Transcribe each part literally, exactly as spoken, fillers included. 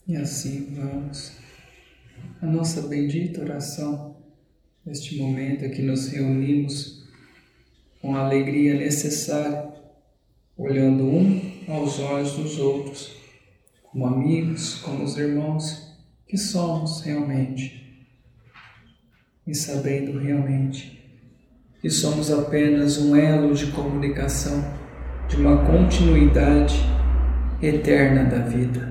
E assim vamos à nossa bendita oração, neste momento em que nos reunimos com a alegria necessária, olhando um aos olhos dos outros, como amigos, como os irmãos que somos realmente, e sabendo realmente que somos apenas um elo de comunicação, de uma continuidade eterna da vida.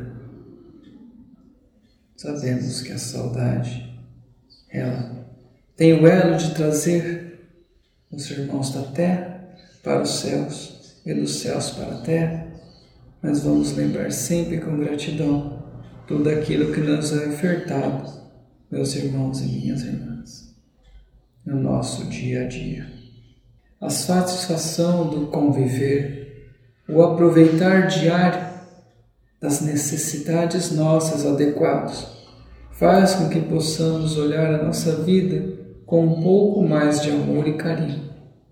Sabemos que a saudade, ela tem o elo de trazer os irmãos da terra para os céus e dos céus para a terra, mas vamos lembrar sempre com gratidão tudo aquilo que nos é ofertado, meus irmãos e minhas irmãs, no nosso dia a dia. A satisfação do conviver, o aproveitar diário das necessidades nossas adequadas, faz com que possamos olhar a nossa vida com um pouco mais de amor e carinho.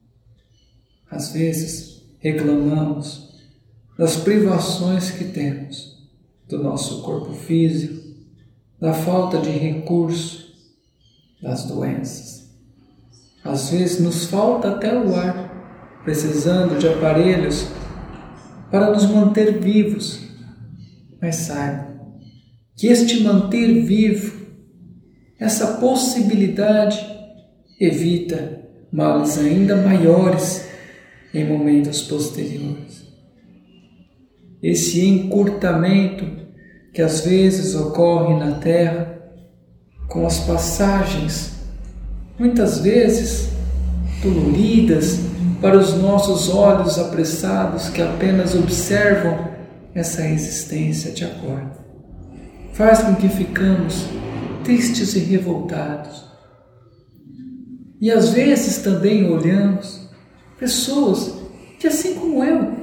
Às vezes, reclamamos das privações que temos, do nosso corpo físico, da falta de recurso, das doenças. Às vezes nos falta até o ar, precisando de aparelhos para nos manter vivos. Mas saiba que este manter vivo, essa possibilidade, evita males ainda maiores em momentos posteriores. Esse encurtamento que às vezes ocorre na Terra, com as passagens, muitas vezes doloridas para os nossos olhos apressados que apenas observam essa existência de agora, faz com que ficamos tristes e revoltados. E às vezes também olhamos pessoas que, assim como eu,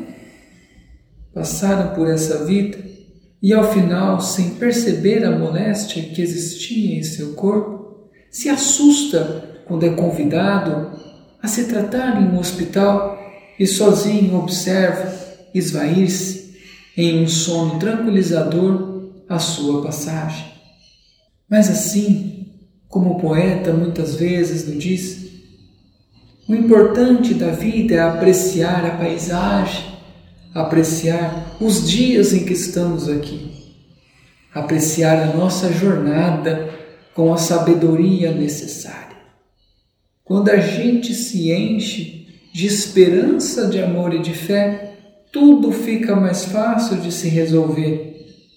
passaram por essa vida e ao final, sem perceber a moléstia que existia em seu corpo, se assusta quando é convidado a se tratar em um hospital e sozinho observa esvair-se em um sono tranquilizador a sua passagem. Mas assim, como o poeta muitas vezes nos diz, o importante da vida é apreciar a paisagem, apreciar os dias em que estamos aqui, apreciar a nossa jornada com a sabedoria necessária. Quando a gente se enche de esperança, de amor e de fé, tudo fica mais fácil de se resolver.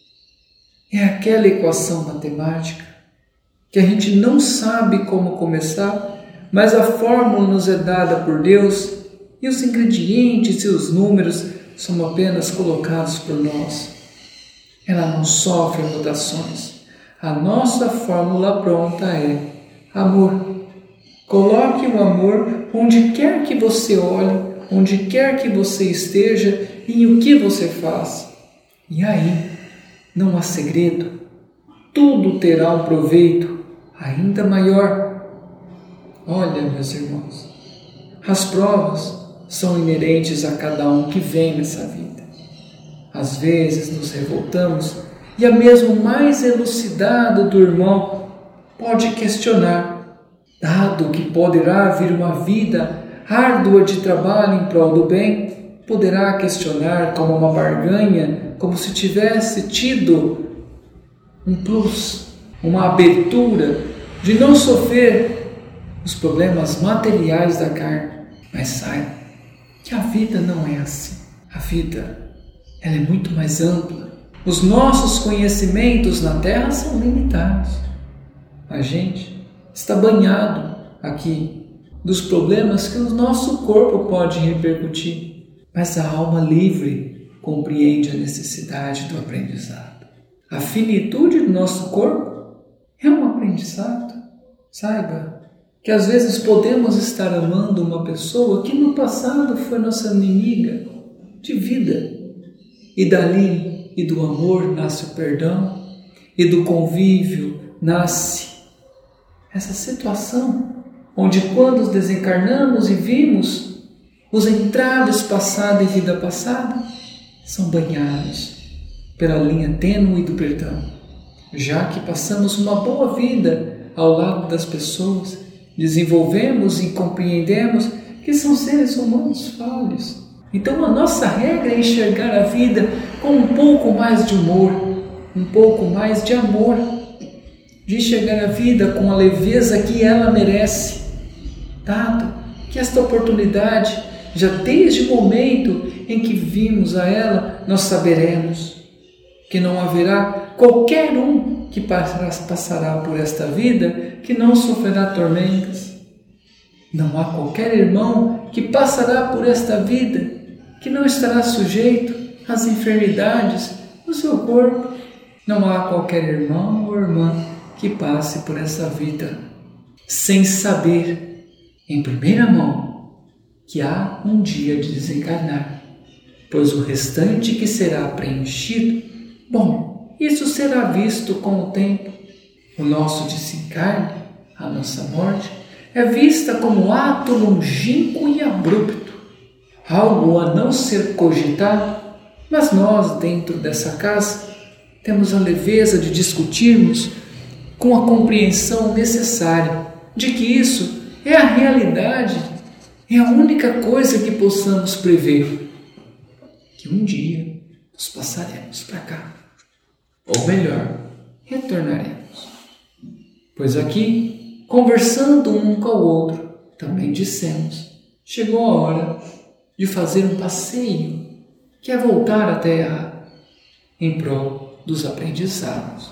É aquela equação matemática que a gente não sabe como começar, mas a fórmula nos é dada por Deus e os ingredientes e os números são apenas colocados por nós. Ela não sofre mutações. A nossa fórmula pronta é amor. Coloque o amor onde quer que você olhe, onde quer que você esteja e em o que você faz. E aí, não há segredo. Tudo terá um proveito ainda maior. Olha, meus irmãos, as provas são inerentes a cada um que vem nessa vida. Às vezes nos revoltamos e a mesmo mais elucidado do irmão pode questionar, dado que poderá vir uma vida árdua de trabalho em prol do bem, poderá questionar como uma barganha, como se tivesse tido um plus, uma abertura de não sofrer os problemas materiais da carne. Mas saiba que a vida não é assim. A vida, ela é muito mais ampla. Os nossos conhecimentos na Terra são limitados. A gente está banhado aqui dos problemas que o nosso corpo pode repercutir. Mas a alma livre compreende a necessidade do aprendizado. A finitude do nosso corpo é um aprendizado. Saiba que às vezes podemos estar amando uma pessoa que no passado foi nossa inimiga de vida. E dali e do amor nasce o perdão, e do convívio nasce essa situação, onde quando desencarnamos e vimos os entraves passada e vida passada, são banhados pela linha tênue do perdão. já que passamos uma boa vida ao lado das pessoas, desenvolvemos e compreendemos que são seres humanos falhos. Então a nossa regra é enxergar a vida com um pouco mais de humor, um pouco mais de amor, de enxergar a vida com a leveza que ela merece, dado que esta oportunidade, já desde o momento em que vimos a ela, nós saberemos que não haverá qualquer um que passará por esta vida que não sofrerá tormentas. Não há qualquer irmão que passará por esta vida que não estará sujeito às enfermidades do seu corpo. Não há qualquer irmão ou irmã que passe por essa vida sem saber, em primeira mão, que há um dia de desencarnar, pois o restante que será preenchido, bom, isso será visto com o tempo. O nosso desencarne, a nossa morte, é vista como um ato longínquo e abrupto, algo a não ser cogitado, mas nós, dentro dessa casa, temos a leveza de discutirmos com a compreensão necessária de que isso é a realidade, é a única coisa que possamos prever, que um dia nos passaremos para cá, ou melhor, retornaremos. Pois aqui, conversando um com o outro, também dissemos, chegou a hora de fazer um passeio, que é voltar à Terra em prol dos aprendizados.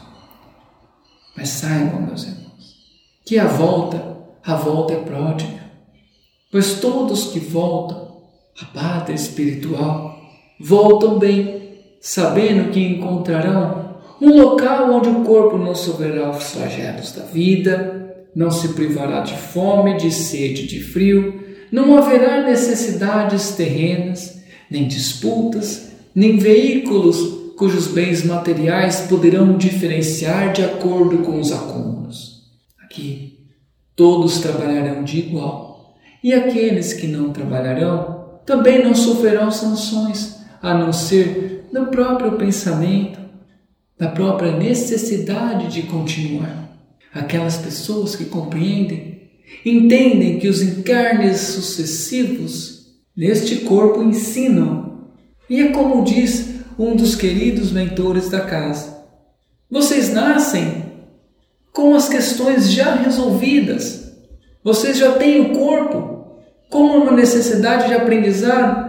Mas saibam, meus irmãos, que a volta, a volta é pródiga, pois todos que voltam à pátria espiritual voltam bem, sabendo que encontrarão um local onde o corpo não sofrerá os flagelos da vida, não se privará de fome, de sede, de frio, não haverá necessidades terrenas, nem disputas, nem veículos cujos bens materiais poderão diferenciar de acordo com os acúmulos. Aqui, todos trabalharão de igual, e aqueles que não trabalharão também não sofrerão sanções, a não ser no próprio pensamento, da própria necessidade de continuar. Aquelas pessoas que compreendem, entendem que os encarnes sucessivos neste corpo ensinam. E é como diz um dos queridos mentores da casa: vocês nascem com as questões já resolvidas. Vocês já têm o corpo como uma necessidade de aprendizado.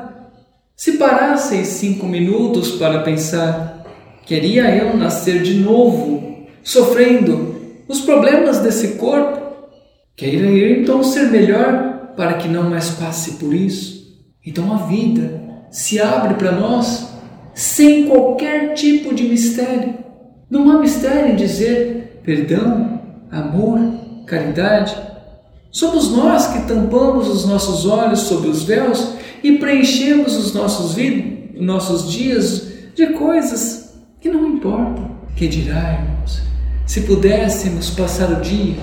Se parasseis cinco minutos para pensar, queria eu nascer de novo, sofrendo os problemas desse corpo? Queira eu então ser melhor para que não mais passe por isso? Então a vida se abre para nós sem qualquer tipo de mistério. Não há mistério em dizer perdão, amor, caridade. Somos nós que tampamos os nossos olhos sob os véus e preenchemos os nossos, vid- nossos dias de coisas que não importam. Que dirá, irmãos, se pudéssemos passar o dia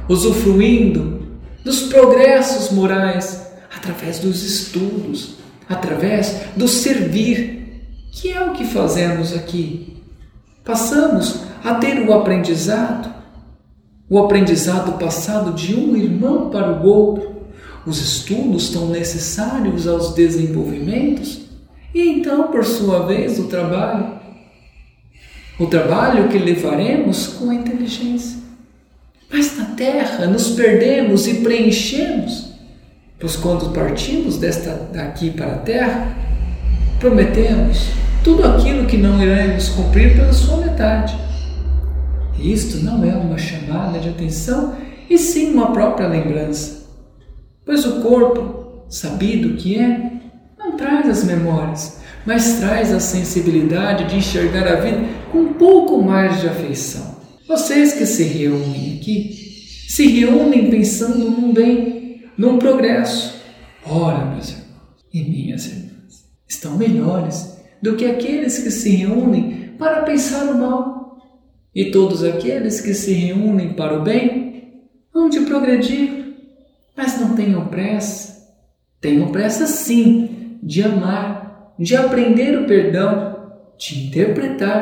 usufruindo dos progressos morais através dos estudos, através do servir, que é o que fazemos aqui. Passamos a ter o aprendizado, o aprendizado passado de um irmão para o outro, os estudos tão necessários aos desenvolvimentos, e então, por sua vez, o trabalho, o trabalho que levaremos com a inteligência. Mas na terra nos perdemos e preenchemos, pois quando partimos desta, daqui para a terra, prometemos tudo aquilo que não iremos cumprir pela sua metade. E isto não é uma chamada de atenção, e sim uma própria lembrança, pois o corpo, sabido que é, não traz as memórias, mas traz a sensibilidade de enxergar a vida com um pouco mais de afeição. Vocês que se reúnem aqui, se reúnem pensando num bem, num progresso. Ora, meus irmãos e minhas irmãs, estão melhores do que aqueles que se reúnem para pensar no mal. E todos aqueles que se reúnem para o bem hão de progredir, mas não tenham pressa. Tenham pressa sim de amar, de aprender o perdão, de interpretar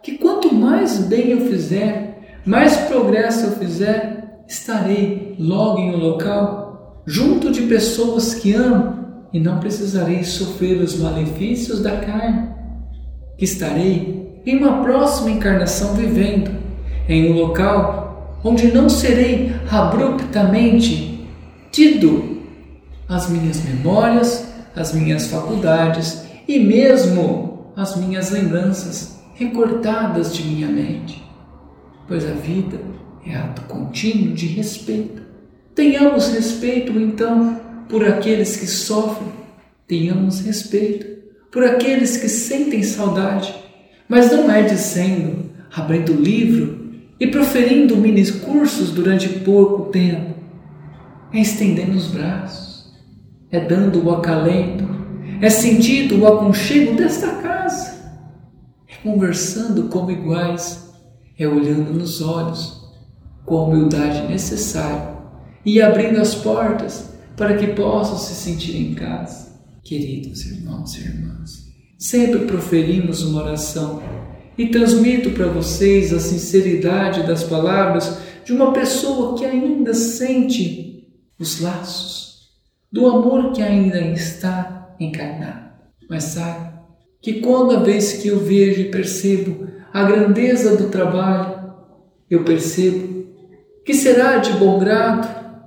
que quanto mais bem eu fizer, mais progresso eu fizer, estarei logo em um local, junto de pessoas que amo, e não precisarei sofrer os malefícios da carne, que estarei em uma próxima encarnação vivendo, em um local onde não serei abruptamente tido as minhas memórias, as minhas faculdades e mesmo as minhas lembranças recortadas de minha mente, pois a vida é ato contínuo de respeito. Tenhamos respeito, então, por aqueles que sofrem, tenhamos respeito por aqueles que sentem saudade, mas não é dizendo, abrindo livro e proferindo mini-cursos durante pouco tempo, é estendendo os braços, é dando o acalento, é sentindo o aconchego desta casa, é conversando como iguais, é olhando nos olhos com a humildade necessária e abrindo as portas para que possam se sentir em casa. Queridos irmãos e irmãs, sempre proferimos uma oração e transmito para vocês a sinceridade das palavras de uma pessoa que ainda sente os laços do amor que ainda está encarnado. Mas sabe que quando a vez que eu vejo e percebo a grandeza do trabalho, eu percebo que será de bom grado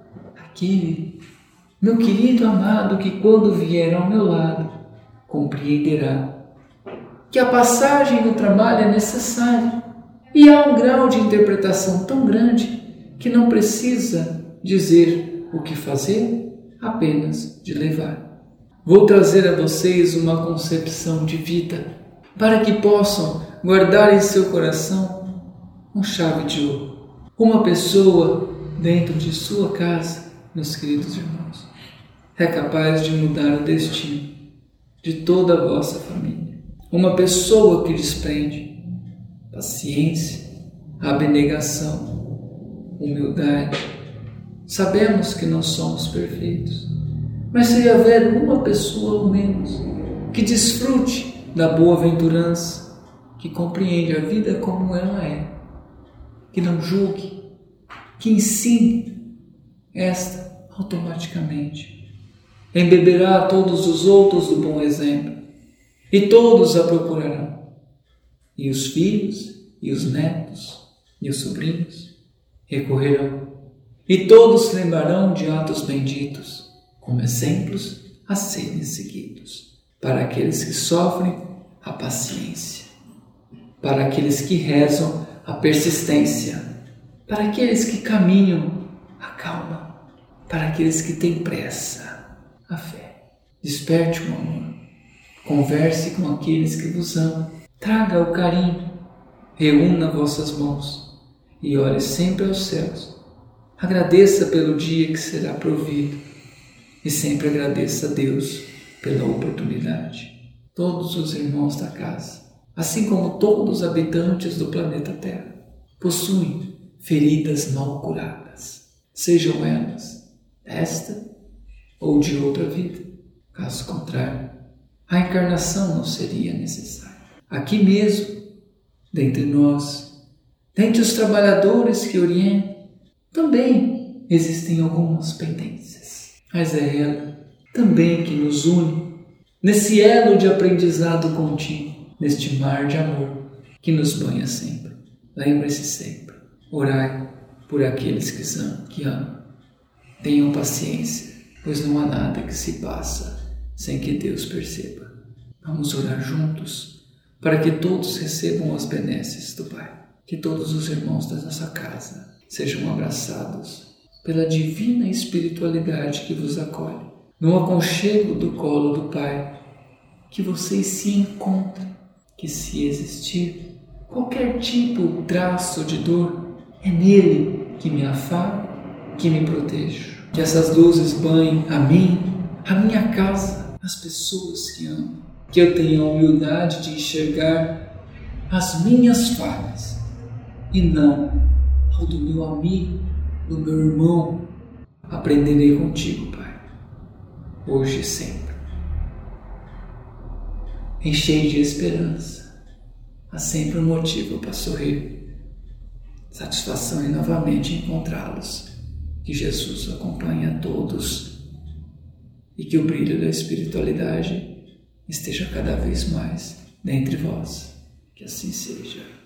aquele meu querido amado que quando vier ao meu lado compreenderá que a passagem no trabalho é necessária e há um grau de interpretação tão grande que não precisa dizer o que fazer, apenas de levar. Vou trazer a vocês uma concepção de vida para que possam guardar em seu coração com chave de ouro. Uma pessoa dentro de sua casa, meus queridos irmãos, é capaz de mudar o destino de toda a vossa família. Uma pessoa que desprende paciência, abnegação, humildade. Sabemos que não somos perfeitos, mas se houver uma pessoa ao menos que desfrute da boa-aventurança, que compreende a vida como ela é, que não julgue, que ensine, esta automaticamente embeberá a todos os outros do bom exemplo, e todos a procurarão, e os filhos, e os netos, e os sobrinhos recorrerão, e todos lembrarão de atos benditos, como exemplos a serem seguidos. Para aqueles que sofrem, a paciência. Para aqueles que rezam, a persistência. Para aqueles que caminham, a calma. Para aqueles que têm pressa, a fé. Desperte o amor. Converse com aqueles que vos amam. Traga o carinho. Reúna vossas mãos e ore sempre aos céus. Agradeça pelo dia que será provido e sempre agradeça a Deus pela oportunidade. Todos os irmãos da casa, assim como todos os habitantes do planeta Terra, possuem feridas mal curadas, sejam elas desta ou de outra vida. Caso contrário, a encarnação não seria necessária. Aqui mesmo, dentre nós, dentre os trabalhadores que orientam, também existem algumas pendências, mas é ela também que nos une nesse elo de aprendizado contínuo, neste mar de amor que nos banha sempre. Lembre-se sempre, orai por aqueles que são, que amam. Tenham paciência, pois não há nada que se passa sem que Deus perceba. Vamos orar juntos para que todos recebam as benesses do Pai, que todos os irmãos da nossa casa sejam abraçados pela divina espiritualidade que vos acolhe, no aconchego do colo do Pai, que vocês se encontrem, que se existir qualquer tipo, traço de dor, é nele que me afago, que me protejo. Que essas luzes banhem a mim, a minha casa, as pessoas que amo, que eu tenha a humildade de enxergar as minhas falhas e não ao do meu amigo, do meu irmão. Aprenderei contigo, Pai, hoje e sempre. Enchei de esperança há sempre um motivo para sorrir. Satisfação em novamente encontrá-los. Que Jesus acompanhe a todos e que o brilho da espiritualidade esteja cada vez mais dentre vós. Que assim seja.